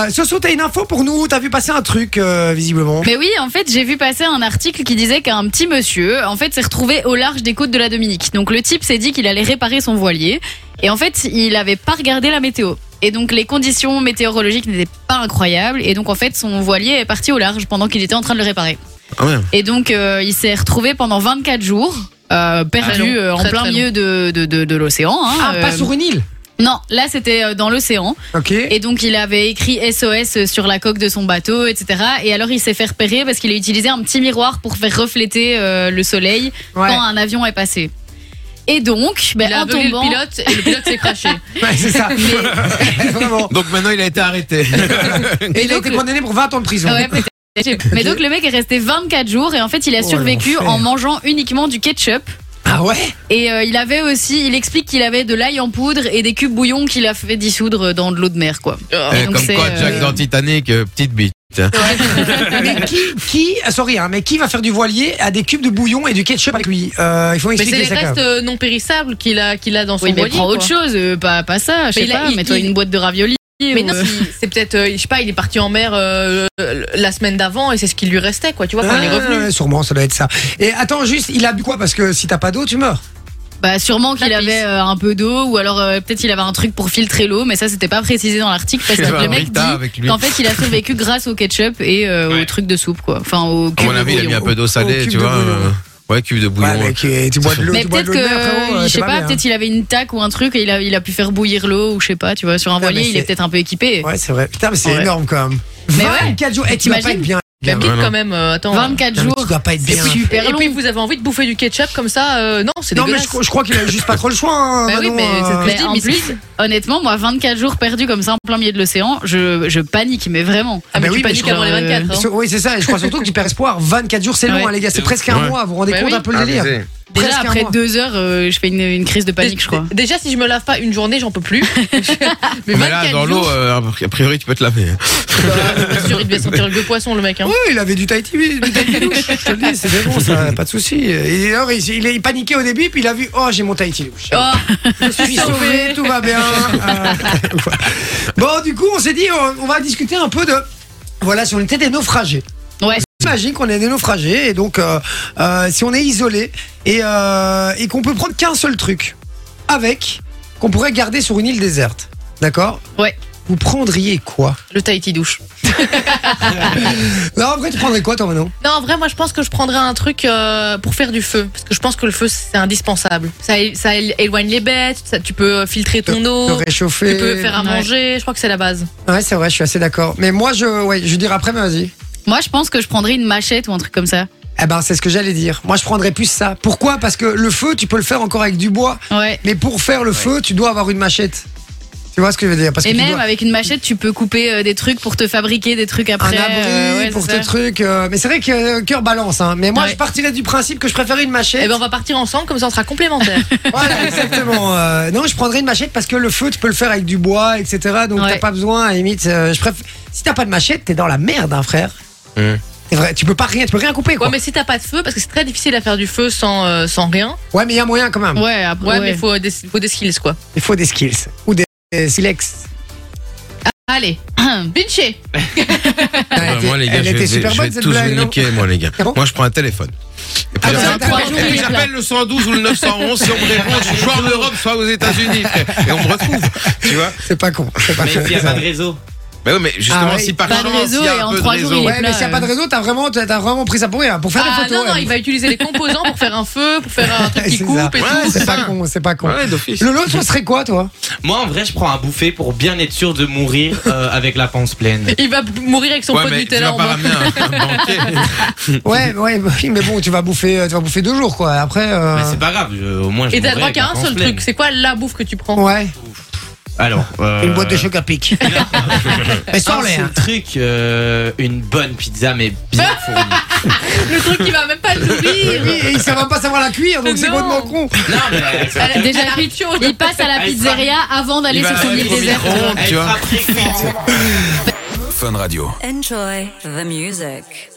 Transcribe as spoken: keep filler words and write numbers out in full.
Euh, Soso, t'as une info pour nous? T'as vu passer un truc, euh, visiblement. Mais oui, en fait, j'ai vu passer un article qui disait qu'un petit monsieur, en fait, s'est retrouvé au large des côtes de la Dominique. Donc le type s'est dit qu'il allait réparer son voilier. Et en fait, il avait pas regardé la météo. Et donc les conditions météorologiques n'étaient pas incroyables. Et donc en fait, son voilier est parti au large pendant qu'il était en train de le réparer. Ah ouais. Et donc euh, il s'est retrouvé pendant vingt-quatre jours euh, perdu long, euh, en très, plein très milieu de, de, de, de l'océan. Hein, Ah, pas Euh, sur une île. Non, là c'était euh, dans l'océan. Ok. Et donc il avait écrit S O S sur la coque de son bateau, et cetera. Et alors il s'est fait repérer parce qu'il a utilisé un petit miroir pour faire refléter euh, le soleil Ouais. quand un avion est passé. Et donc, ben, Il a en aveuglé tombant, le pilote et le pilote s'est craché. Ouais, c'est ça. Vraiment. Donc maintenant il a été arrêté. Et il a donc, été le- condamné pour vingt ans de prison. Ouais, peut-être. Mais donc le mec est resté vingt-quatre jours et en fait il a Oh, survécu l'enfer. en mangeant uniquement du ketchup. Ah ouais. Et euh, il avait aussi, il explique qu'il avait de l'ail en poudre et des cubes bouillon qu'il a fait dissoudre dans de l'eau de mer, quoi. Eh, Et donc comme c'est, quoi, euh, Jack dans Titanic, euh, petite bite. Mais qui, qui, ah, sorry, hein, mais qui va faire du voilier à des cubes de bouillon et du ketchup avec lui? euh, Il faut Mais c'est m'expliquer les ça. quand restes même. euh, non périssables qu'il a, qu'il a dans son Oui, mais voilier. prends quoi. autre chose, euh, pas, pas ça, je sais Mais il a- pas, il- mets-toi il- une boîte de raviolis. Mais ou, non, euh, il- c'est peut-être, euh, je sais pas, il est parti en mer euh, la semaine d'avant et c'est ce qui lui restait, quoi. Tu vois, quand il est Ah, revenu. ouais, sûrement, ça doit être ça. Et attends, juste, il a bu quoi? Parce que si t'as pas d'eau, tu meurs. Bah sûrement qu'il La avait pisse. euh, un peu d'eau ou alors euh, peut-être il avait un truc pour filtrer l'eau, mais ça c'était pas précisé dans l'article parce Il que avait le un mec dit Rita avec lui. qu'en fait il a survécu grâce au ketchup et euh, Ouais. au truc de soupe, quoi. Enfin au À cube mon de avis, il a mis bouillon. un peu d'eau Au salée, cube tu de vois. bouillon. euh, Ouais, cube de bouillon. Ouais, mec, euh, tu bois de l'eau, Mais tu bois de peut-être l'eau de mer, frérot, que, euh, je c'est sais pas, bien. peut-être il avait une taque ou un truc et il a, il a pu faire bouillir l'eau ou je sais pas, tu vois, sur un Putain, voilier mais il est c'est- peut-être un peu équipé. Ouais, c'est vrai. Putain, mais c'est Ouais. énorme quand même. Mais ouais. vingt-quatre jours. Et tu dois pas T'imagines être bien. Même Ouais, vite non. quand même. euh, attends. vingt-quatre Non, mais jours, tu dois pas être c'est bien. super Et long. puis vous avez envie de bouffer du ketchup comme ça euh, Non, c'est Non, mais dégueulasse. je, je crois qu'il a juste pas trop le choix. Hein, Bah oui, Manon, mais c'est ce que euh, je Mais dis, en mais plus, c'est- honnêtement, moi, vingt-quatre jours perdus comme ça en plein milieu de l'océan, je, je panique, mais vraiment. Ah, mais bah tu oui, mais paniques je avant les crois, vingt-quatre. euh, hein. so- Oui, c'est ça. Et je crois surtout que tu perds espoir. vingt-quatre jours, c'est long, Ouais. hein, les gars. C'est C'est presque ouf. un Ouais. mois. Vous vous rendez Bah compte oui. un peu le Ah, délire? mais Déjà, Presque un après mois. deux heures, euh, je fais une, une crise de panique, je crois. Déjà, si je me lave pas une journée, j'en peux plus. mais Mais là, vingt-quatre dans l'eau, jours, euh, a priori, tu peux te laver. bah, bien sûr, il devait sentir le poisson, le mec. Hein. Oui, il avait du Tahiti, du Tahiti douche. Je te le dis, c'était bon, ça, pas de souci. Et alors, il, il, il paniquait au début, puis il a vu, oh, j'ai mon Tahiti douche. Oh, Je suis sauvé, tout va bien. Euh, voilà. Bon, du coup, on s'est dit, on, on va discuter un peu de, voilà, si on était des naufragés. Ouais. Imagine qu'on est des naufragés et donc euh, euh, si on est isolé et, euh, et qu'on peut prendre qu'un seul truc avec qu'on pourrait garder sur une île déserte, d'accord? Ouais. Vous prendriez quoi? le Tahiti douche. Non, en vrai, tu prendrais quoi, toi, Manon? Non, en vrai, moi, je pense que je prendrais un truc euh, pour faire du feu. Parce que je pense que le feu, c'est indispensable. Ça, é- ça é- éloigne les bêtes, ça, tu peux filtrer ton Te eau, réchauffer. tu peux faire à Ouais. manger. Je crois que c'est la base. Ouais, c'est vrai, je suis assez d'accord. Mais moi, je, ouais, je dirais après, mais vas-y. Moi, je pense que je prendrais une machette ou un truc comme ça. Eh ben, c'est ce que j'allais dire. Moi, je prendrais plus ça. Pourquoi? Parce que le feu, tu peux le faire encore avec du bois. Ouais. Mais pour faire le feu, tu dois avoir une machette. Tu vois ce que je veux dire? Parce que Et tu même dois- avec une machette, tu peux couper euh, des trucs pour te fabriquer des trucs un après. abri euh, ouais, pour c'est tes ça. trucs. euh, mais c'est vrai que euh, cœur balance. Hein. Mais moi, Ouais. je partirais du principe que je préférais une machette. Eh ben, on va partir ensemble, comme ça, on sera complémentaires. Voilà, exactement. Euh, non, je prendrais une machette parce que le feu, tu peux le faire avec du bois, et cetera. Donc, Ouais. t'as pas besoin, à la limite. euh, je préfère... Si t'as pas de machette, t'es dans la merde, hein, frère. Hum. C'est vrai, tu peux pas rien, tu peux rien couper, quoi. Ouais, mais si t'as pas de feu, parce que c'est très difficile à faire du feu sans, euh, sans rien. Ouais, mais il y a moyen quand même. Ouais, après. Ouais, ouais. mais il faut des, faut des skills, quoi. Il faut des skills ou des, des silex. Allez, pinché. Elle Ouais, était- moi, les gars, elle je était vais, super je bonne vais cette tous blague, vous non? niquer, moi, les gars. Ah bon Moi, je prends un téléphone. Et puis, Ah, j'appelle- c'est un trois et jours, puis il est j'appelle le cent douze ou le neuf cent onze si on me répond, je suis soit en Europe, soit aux États-Unis, frère. Et on me retrouve. Tu vois? C'est pas con. C'est pas Mais con. s'il n'y a pas de réseau. Mais oui, mais justement, Ah ouais. si par Pas de chance, réseau il y a et un en peu de trois jours, réseau. il est Ouais, mais s'il n'y a là, pas de réseau, t'as vraiment, t'as t'as vraiment pris ça pour rien. Pour faire Ah des photos. non, non, ouais. il va utiliser les composants pour faire un feu, pour faire un truc qui C'est coupe ça. et Ouais, tout. C'est c'est pas ça. con, c'est pas con. Ouais, d'office. Lolo, toi, serait quoi, toi? Moi, en vrai, je prends un bouffet pour bien être sûr de mourir euh, avec la panse pleine. Il va mourir avec son Ouais, pot de mais tu Nutella vas en pas main. ramener un, un banquet. Ouais, ouais, bah oui, mais bon, tu vas bouffer, tu vas bouffer deux jours, quoi. Après, euh... Mais c'est pas grave, je- au moins je Et t'as mourrai le droit avec qu'à la un panse seul pleine. truc. C'est quoi la bouffe que tu prends? ouais, Alors, euh, une boîte de choc à pic. Mais sans un l'air. seul truc, euh, une bonne pizza mais bien fournie. Le truc qui va même pas le nourrir. Oui, et il ne va pas savoir la cuire, donc c'est Non. complètement con. Non mais elle, Elle- Déjà, elle arrive chaude. il passe à la Elle pizzeria avant d'aller Il sur va son aller île au déserte. micro-ondes, elle tu vois. sera très cuite. Fun Radio. Enjoy the music.